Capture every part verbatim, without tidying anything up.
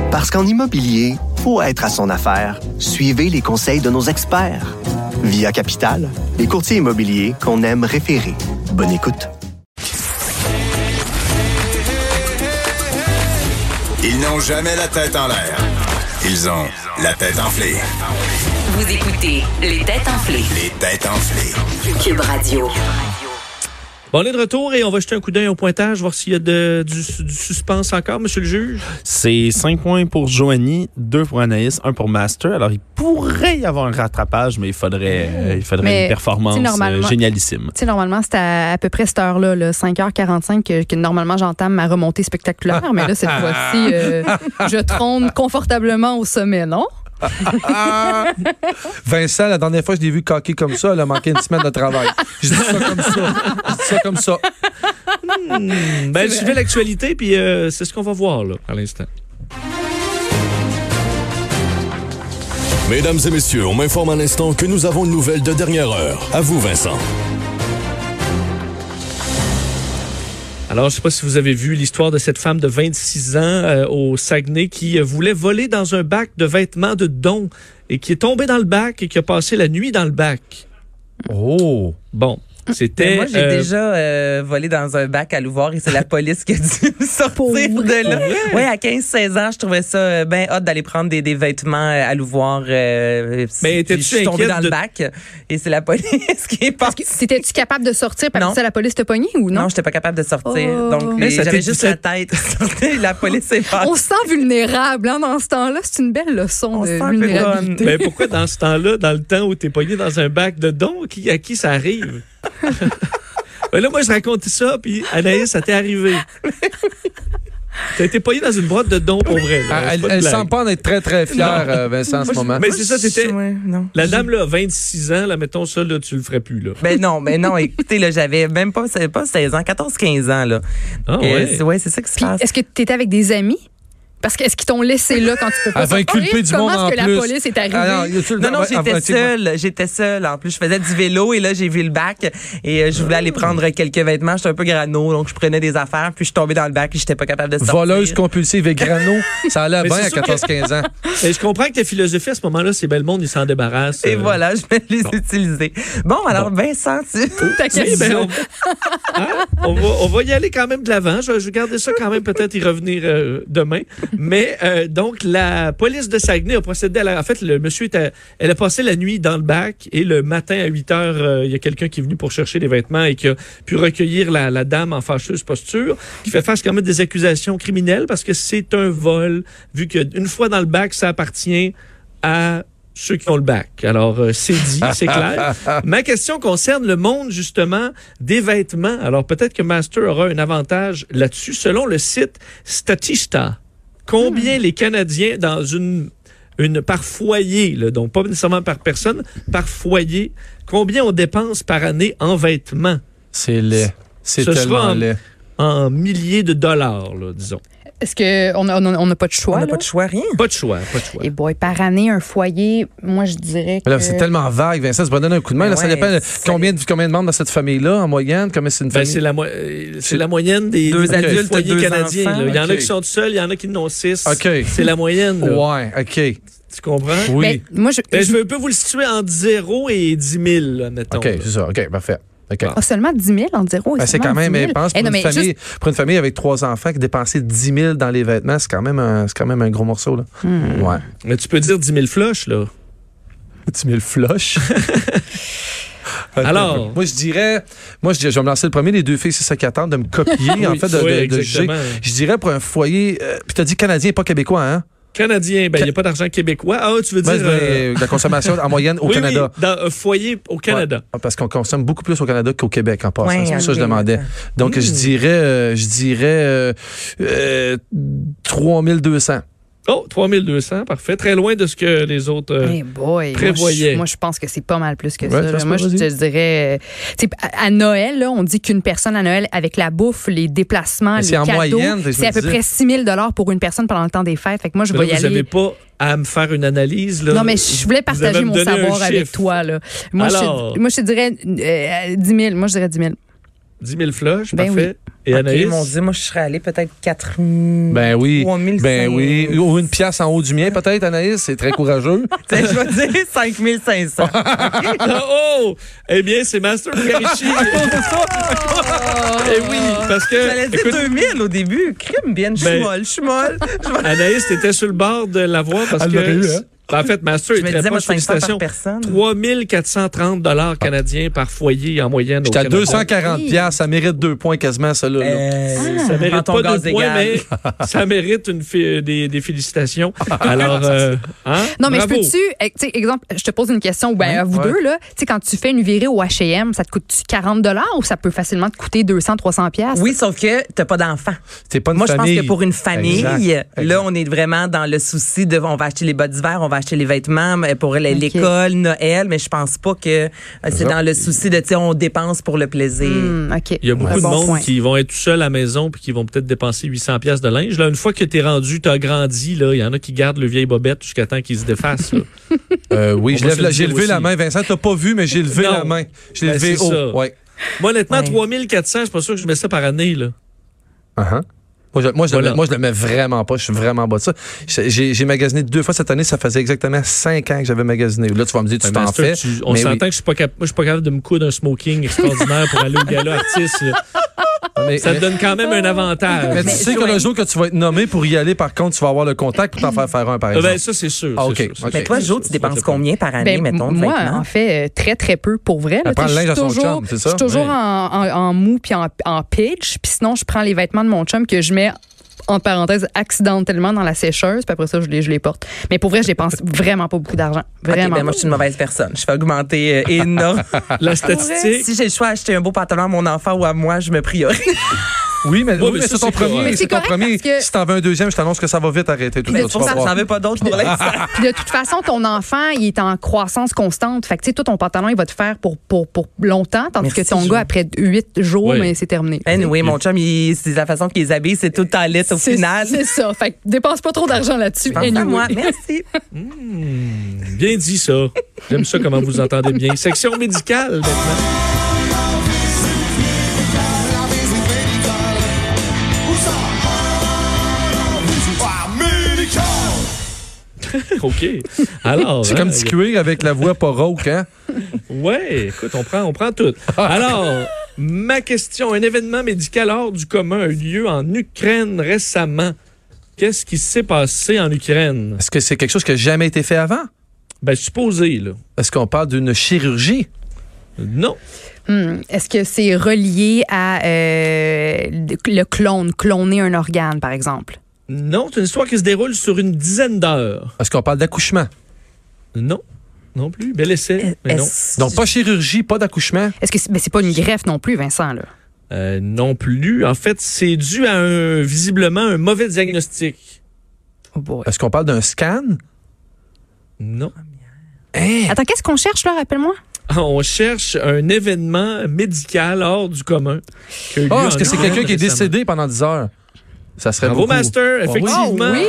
Parce qu'en immobilier, faut être à son affaire. Suivez les conseils de nos experts. Via Capital, les courtiers immobiliers qu'on aime référer. Bonne écoute. Ils n'ont jamais la tête en l'air. Ils ont la tête enflée. Vous écoutez Les Têtes enflées. Les têtes enflées. Cube Radio. Bon, on est de retour et on va jeter un coup d'œil au pointage, voir s'il y a de, du, du suspense encore, monsieur le juge. C'est cinq points pour Joanie, deux pour Anaïs, un pour Master. Alors, il pourrait y avoir un rattrapage, mais il faudrait, euh, il faudrait mais, une performance euh, génialissime. Tu sais, normalement, c'est à, à peu près cette heure-là, là, cinq heures quarante-cinq, que, que normalement, j'entame ma remontée spectaculaire. Mais là, cette fois-ci, euh, je trône confortablement au sommet, non? Vincent, la dernière fois que je l'ai vu coquer comme ça, elle a manqué une semaine de travail. Je dis ça comme ça. Je dis ça comme ça. Hmm, ben, je suivais l'actualité, puis euh, c'est ce qu'on va voir là, à l'instant. Mesdames et messieurs, on m'informe à l'instant que nous avons une nouvelle de dernière heure. À vous, Vincent. Alors, je ne sais pas si vous avez vu l'histoire de cette femme de vingt-six ans euh, au Saguenay qui euh, voulait voler dans un bac de vêtements de don et qui est tombée dans le bac et qui a passé la nuit dans le bac. Oh! Bon. C'était, mais moi, j'ai euh... déjà euh, volé dans un bac à Louvoir et c'est la police qui a dû me sortir de là. Oui, à quinze seize ans, je trouvais ça bien hot d'aller prendre des, des vêtements à Louvoir. Euh, mais je suis tombée dans de... le bac et c'est la police qui est partie. T'étais-tu capable de sortir parce que la police t'a pogné ou non? Non, j'étais pas capable de sortir. Oh. Donc, mais j'avais juste la tête. La police est partie. On se sent vulnérable hein, dans ce temps-là. C'est une belle leçon On de vulnérabilité. Mais pourquoi dans ce temps-là, dans le temps où t'es pogné dans un bac de don, qui, à qui ça arrive? Ben là, moi, je racontais ça, puis Anaïs, ça t'est arrivé. T'as été pogné dans une boîte de dons pour vrai. Là. Elle, elle semble pas en être très, très fière, euh, Vincent, en ce moment. Mais c'est ça, c'était... Ouais, la dame, là, vingt-six ans, là, mettons ça, là, tu le ferais plus, là. Ben non, ben non, écoutez, là, j'avais même pas, pas seize ans, quatorze quinze ans, là. Ah ouais? Euh, ouais, c'est ça qui se puis, passe. Est-ce que t'étais avec des amis? Parce que est-ce qu'ils t'ont laissé là quand tu peux pas sortir? Comment du monde est-ce que en la plus. police est arrivée? Ah non, non, non j'étais seule. J'étais seule. En plus, je faisais du vélo et là, j'ai vu le bac et euh, je voulais aller prendre quelques vêtements. J'étais un peu grano, donc je prenais des affaires puis je suis tombée dans le bac et j'étais pas capable de sortir. Voleuse compulsive et grano, ça allait bien à quatorze quinze ans. Mais je comprends que ta philosophie à ce moment-là, c'est ben le monde, il s'en débarrasse. Et euh... voilà, je vais les bon. utiliser. Bon, alors, bon. Vincent, tu... ta question. Oui, ben, on... hein? on, va, on va y aller quand même de l'avant. Je, je vais garder ça quand même, peut-être y revenir euh, demain. Mais... Euh, donc, la police de Saguenay a procédé à la... En fait, le monsieur était... Elle a passé la nuit dans le bac et le matin à huit heures, euh, il y a quelqu'un qui est venu pour chercher des vêtements et qui a pu recueillir la, la dame en fâcheuse posture, qui fait face quand même des accusations criminelles parce que c'est un vol, vu qu'une fois dans le bac, ça appartient à ceux qui ont le bac. Alors, euh, c'est dit, c'est clair. Ma question concerne le monde, justement, des vêtements. Alors, peut-être que Master aura un avantage là-dessus. Selon le site Statista, combien hmm. les Canadiens, dans une, une par foyer, là, donc pas nécessairement par personne, par foyer, combien on dépense par année en vêtements? C'est laid. C'est Ce tellement sera en, laid. En milliers de dollars, là, disons. Est-ce qu'on n'a on a pas de choix? On n'a pas de choix, rien. Pas de choix, pas de choix. Et boy, par année, un foyer, moi, je dirais que... Là, c'est tellement vague, Vincent, ça va donner un coup de main. Là, ouais, ça dépend de combien, combien de membres dans cette famille-là, en moyenne. Combien c'est une famille? Ben, c'est, la mo- c'est la moyenne des, deux des adultes, foyers deux canadiens. enfants. Là. Il y en okay. a qui sont tout seuls, il y en a qui en ont six. Okay. C'est la moyenne. Là. Ouais, OK. Tu comprends? Oui. Mais, moi, je, ben, je... je peux vous le situer entre zéro et dix mille, là, mettons. OK, là. c'est ça. OK, parfait. Okay. Ah, seulement dix mille en zéro. Ben, c'est quand même, mais je pense, pour, hey, non, une famille, juste... pour une famille avec trois enfants qui dépensait dix mille dans les vêtements, c'est quand même un, c'est quand même un gros morceau. Là. Hmm. Ouais. Mais tu peux dire dix mille flush, là. dix mille flush? Alors, moi je dirais, moi je, dirais, je vais me lancer le premier, les deux filles c'est ça qui attendent de me copier oui, en fait de, oui, de, de juger. Je dirais pour un foyer, euh, puis t'as dit canadien, pas québécois, hein? Canadien, ben il Ca- n'y a pas d'argent québécois. Ah, tu veux dire ben, euh... la consommation en moyenne au oui, Canada. Oui, dans un foyer au Canada. Ouais, parce qu'on consomme beaucoup plus au Canada qu'au Québec en passant. Ouais, c'est pour okay. ça que je demandais. Donc mmh. je dirais, euh, je dirais euh, euh, trois mille deux cents. Oh, trois mille deux cents, parfait. Très loin de ce que les autres euh, hey boy, prévoyaient. Moi, je pense que c'est pas mal plus que ouais, ça. Moi, je te dirais... À, à Noël, là, on dit qu'une personne à Noël, avec la bouffe, les déplacements, mais les c'est cadeaux, en moyenne, c'est à peu près six mille dollars pour une personne pendant le temps des fêtes. Fait que moi, je mais vais là, y vous aller... Vous n'avez pas à me faire une analyse. Là. Non, mais je voulais partager mon savoir avec toi. Là. Moi, Alors... je, moi, je te dirais euh, dix mille. Moi, je dirais dix mille. dix mille flushs, Ben parfait. oui. Et OK, Anaïs? mon Dieu, moi, je serais allée peut-être quatre mille. Ben oui. trois mille Ben cinq. oui. Ou une pièce en haut du mien, peut-être, Anaïs. C'est très courageux. Je vais dire cinq mille cinq cents. Oh! Eh bien, c'est Master Bugarici. Eh oui, parce que... J'allais dire écoute, deux mille au début. Crime bien, je suis Ben- molle, je suis molle. Je vais- Anaïs, t'étais sur le bord de l'avoir parce Elle que... l'aurait eu, hein? En fait, Master Je est me très disais, moi, proche. cinq cents par Félicitations. personne. trois mille quatre cent trente dollars canadiens par foyer en moyenne au J'étais à Canada. deux cent quarante piastres. Ça mérite deux points quasiment, ça, là. là. Euh, Ça mérite prends pas ton gaz deux points, égal. mais ça mérite une fi- des, des félicitations. Alors, euh, hein? Non, mais Bravo. je peux-tu, eh, tu sais, exemple, je te pose une question, ben, à vous Ouais. deux, là. Tu sais, quand tu fais une virée au H et M, ça te coûte-tu quarante dollars ou ça peut facilement te coûter deux cents, trois cents piastres? Oui, sauf que t'as pas d'enfant. T'es pas une Moi, je pense famille. que pour une famille, Exact. là, Exact. on est vraiment dans le souci de, on va acheter les bas d'hiver, on va acheter les vêtements mais pour l- Ok. l'école, Noël, mais je pense pas que euh, c'est dans le souci de, tu sais, on dépense pour le plaisir. Hmm, OK. Il y a beaucoup Un de bon monde point. qui vont être tout seuls à la maison puis qui vont peut-être dépenser huit cents pièces de linge. Là, une fois que t'es rendu, t'as grandi, là, il y en a qui gardent le vieil bobette jusqu'à temps qu'il se défasse. là. Euh, oui, On je va lève se la- le j'ai dire levé la aussi. main. Vincent, t'as pas vu, mais j'ai levé Non. la main. Je l'ai Ben, levé c'est haut. ça. Ouais. Moi, honnêtement, Ouais. trois mille quatre cents, je suis pas sûr que je mets ça par année. Là. Uh-huh. Moi, je, moi, je le Voilà. mets, moi, je le mets vraiment pas. Je suis vraiment bas de ça. J'ai, j'ai magasiné deux fois cette année. Ça faisait exactement cinq ans que j'avais magasiné. Là, tu vas me dire, tu Ouais, t'en Master, fais. tu- on mais s'entend oui. que je suis pas cap- moi, je suis pas capable de me coudre un smoking extraordinaire pour aller au gala artiste. là. Mais, Ça te mais- donne quand même un avantage. mais tu Mais sais que Joël- le jour que tu vas être nommé pour y aller, par contre, tu vas avoir le contact pour t'en faire faire un, par Euh, exemple. ben, ça, c'est sûr. Ah, c'est OK, sûr, c'est OK. sûr. Mais toi, C'est Jo, sûr, tu c'est dépenses sûr. combien par année, Ben, mettons, de moi, vêtements? en fait, euh, très, très peu pour vrai. Elle là. prend Tu le sais, linge je à suis son toujours- chum, c'est ça? Je suis toujours Ouais. en, en, en mou puis en, en pitch. Puis sinon, je prends les vêtements de mon chum que je mets entre parenthèses, accidentellement dans la sécheuse, puis après ça, je les, je les porte. Mais pour vrai, je dépense vraiment pas beaucoup d'argent. OK, Vraiment. ben moi, je suis une mauvaise personne. Je fais augmenter euh, énorme. La statistique. Si j'ai le choix d'acheter un beau pantalon à mon enfant ou à moi, je me priorise. Oui, mais, Ouais, oui, mais mais ça, c'est ton c'est premier. correct. C'est C'est ton correct premier. parce que- Si t'en veux un deuxième, je t'annonce que ça va vite arrêter tout Mais ça. c'est Tu pour vas ça que voir. j'en veux pas d'autres pour l'instant. Puis de toute façon, ton enfant, il est en croissance constante. Fait que, tu sais, toi, ton pantalon, il va te faire pour, pour, pour longtemps, tandis Merci, que ton Jo. gars, après huit jours, Oui. mais c'est terminé. Anyway, mon chum, il- c'est la façon qu'il les habille, c'est tout le temps lit au C'est- final. C'est ça. Fait que dépense pas trop d'argent là-dessus. Pense à Anyway. moi. Merci. Bien dit, ça. J'aime ça, comment vous entendez bien. Section médicale, maintenant. OK. Alors. C'est hein, comme petit cuir avec la voix pas rauque, hein? Ouais, écoute, on prend, on prend tout. Alors, ma question, un événement médical hors du commun a eu lieu en Ukraine récemment. Qu'est-ce qui s'est passé en Ukraine? Est-ce que c'est quelque chose qui n'a jamais été fait avant? Ben, supposé, là. Est-ce qu'on parle d'une chirurgie? Non. Hmm. Est-ce que c'est relié à euh, le clone, cloner un organe, par exemple? Non, c'est une histoire qui se déroule sur une dizaine d'heures. Est-ce qu'on parle d'accouchement? Non. Non plus. Bel essai. Mais non. Est-ce- Donc, pas chirurgie, pas d'accouchement. Est-ce que c'est, ben, c'est pas une greffe non plus, Vincent, là? Euh, non plus. En fait, c'est dû à un, visiblement, un mauvais diagnostic. Oh boy. Est-ce qu'on parle d'un scan? Non. Hein? Attends, qu'est-ce qu'on cherche, là? Rappelle-moi. On cherche un événement médical hors du commun. qui a eu lieu Ah, en est-ce que c'est Ukraine quelqu'un qui est récemment. décédé pendant dix heures? Ça serait Bravo, beaucoup. Master. Effectivement. Oh, oui!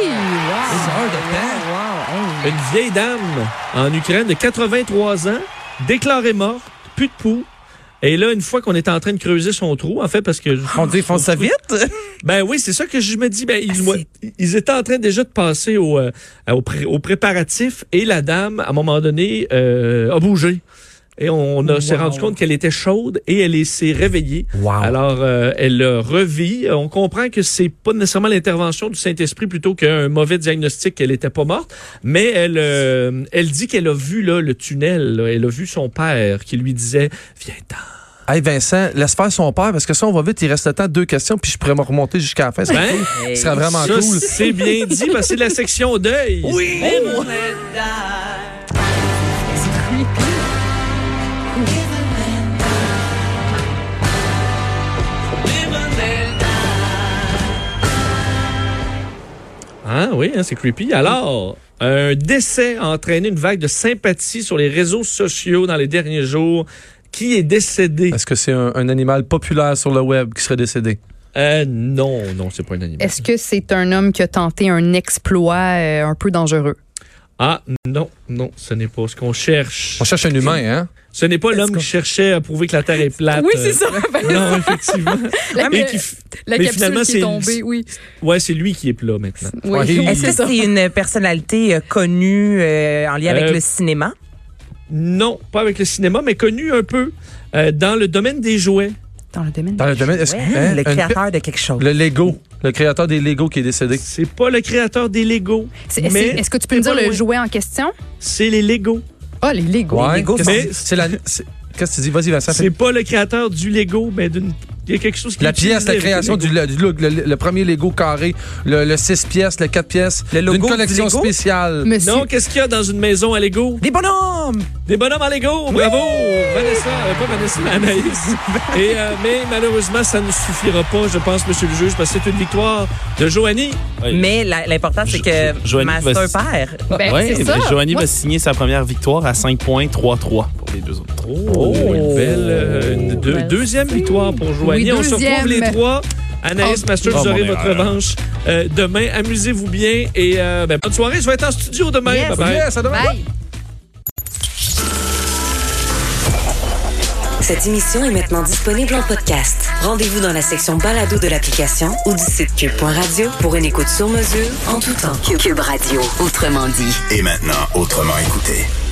Une vieille dame en Ukraine de quatre-vingt-trois ans, déclarée morte, plus de pouls. Et là, une fois qu'on est en train de creuser son trou, en fait, parce que... On dit, ils font ça vite? Ben oui, c'est ça que je me dis. Ben, ils, Ah, c'est- ils étaient en train déjà de passer au, euh, au, pré- au préparatif et la dame, à un moment donné, euh, a bougé. Et on a, s'est Wow. rendu compte qu'elle était chaude et elle est- s'est réveillée. Wow. Alors, euh, elle revit. On comprend que c'est pas nécessairement l'intervention du Saint-Esprit plutôt qu'un mauvais diagnostic qu'elle était pas morte. Mais elle, euh, elle dit qu'elle a vu là, le tunnel. Là. Elle a vu son père qui lui disait « Viens-t'en ». Hey Vincent, laisse faire son père, parce que ça, on va vite, il reste le temps de deux questions, puis je pourrais me remonter jusqu'à la fin. Ça Ben, Ce serait vraiment ça, cool. c'est bien dit parce que c'est de la section deuil. Oui! Ah oui, hein, c'est creepy. Alors, un décès a entraîné une vague de sympathie sur les réseaux sociaux dans les derniers jours. Qui est décédé? Est-ce que c'est un, un animal populaire sur le web qui serait décédé? Euh, non, non, c'est pas un animal. Est-ce que c'est un homme qui a tenté un exploit euh, un peu dangereux? Ah, non, non, ce n'est pas ce qu'on cherche. On cherche un humain, hein? Ce n'est pas l'homme qui cherchait à prouver que la Terre est plate. Oui, c'est ça. Euh, non, effectivement. La, mais mais, qui, la mais capsule finalement, qui est c'est tombée, oui. Ouais, c'est lui qui est plat maintenant. Oui. Oui. Est-ce que c'est une personnalité euh, connue euh, en lien avec Euh, le cinéma? Non, pas avec le cinéma, mais connu un peu euh, dans le domaine des jouets. Dans le domaine Dans le domaine, est-ce que- Ouais, hein, le une- créateur de quelque chose. Le Lego. Le créateur des Lego qui est décédé. C'est pas le créateur des Lego, C'est- mais c'est- Est-ce que tu peux me c'est dire pas le loin. jouet en question? C'est les Lego. Ah, les Lego. Ouais. Lego, Qu'est-ce mais- que c'est la. c'est- Qu'est-ce que tu dis? Vas-y, Vincent. C'est pas le créateur du Lego, mais d'une. Il y a quelque chose qui La est pièce, utilisé la avec création les du, Lego. le, du- le, le premier Lego carré, le, le six pièces, le quatre pièces, Le logo d'une collection du Lego? spéciale. Monsieur. Non, qu'est-ce qu'il y a dans une maison à Lego? Des bonhommes! Des bonhommes à Lego, bravo! Vanessa, euh, pas Vanessa, mais Anaïs. Et, euh, mais malheureusement, ça ne suffira pas, je pense, monsieur le juge, parce que c'est une victoire de Joanie. Ouais. Mais la- l'important, c'est Jo- que Jo- Joanie va Master s- perd. Ben, Ouais, c'est ben, ça. Joanie Moi, va signer sa première victoire à cinq points, trois trois pour les deux autres. Oh, une belle euh, une deux- Merci. deuxième victoire pour Joanie. Oui, On se retrouve deuxième. les trois. Anaïs, Oh. Master, Oh, vous aurez mon votre erreur. revanche euh, demain. Amusez-vous bien et euh, ben, bonne soirée. Je vais être en studio demain. Yes. Bye bye. Yes, ça devrait- Bye. Cette émission est maintenant disponible en podcast. Rendez-vous dans la section balado de l'application ou du site cube point radio pour une écoute sur mesure en tout temps. Cube Radio, autrement dit. Et maintenant, autrement écouté.